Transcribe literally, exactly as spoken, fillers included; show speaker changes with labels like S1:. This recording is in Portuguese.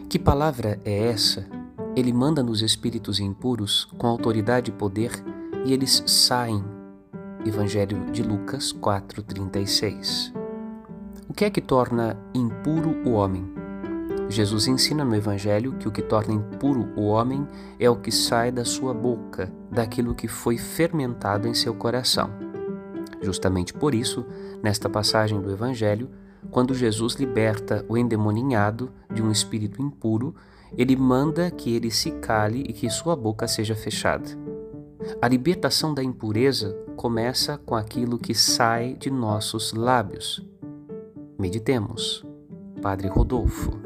S1: Que palavra é essa? Ele manda nos espíritos impuros com autoridade e poder e eles saem. Evangelho de Lucas quatro, trinta e seis. O que é que torna impuro o homem? Jesus ensina no Evangelho que o que torna impuro o homem é o que sai da sua boca, daquilo que foi fermentado em seu coração. Justamente por isso, nesta passagem do Evangelho, quando Jesus liberta o endemoninhado de um espírito impuro, ele manda que ele se cale e que sua boca seja fechada. A libertação da impureza começa com aquilo que sai de nossos lábios. Meditemos. Padre Rodolfo.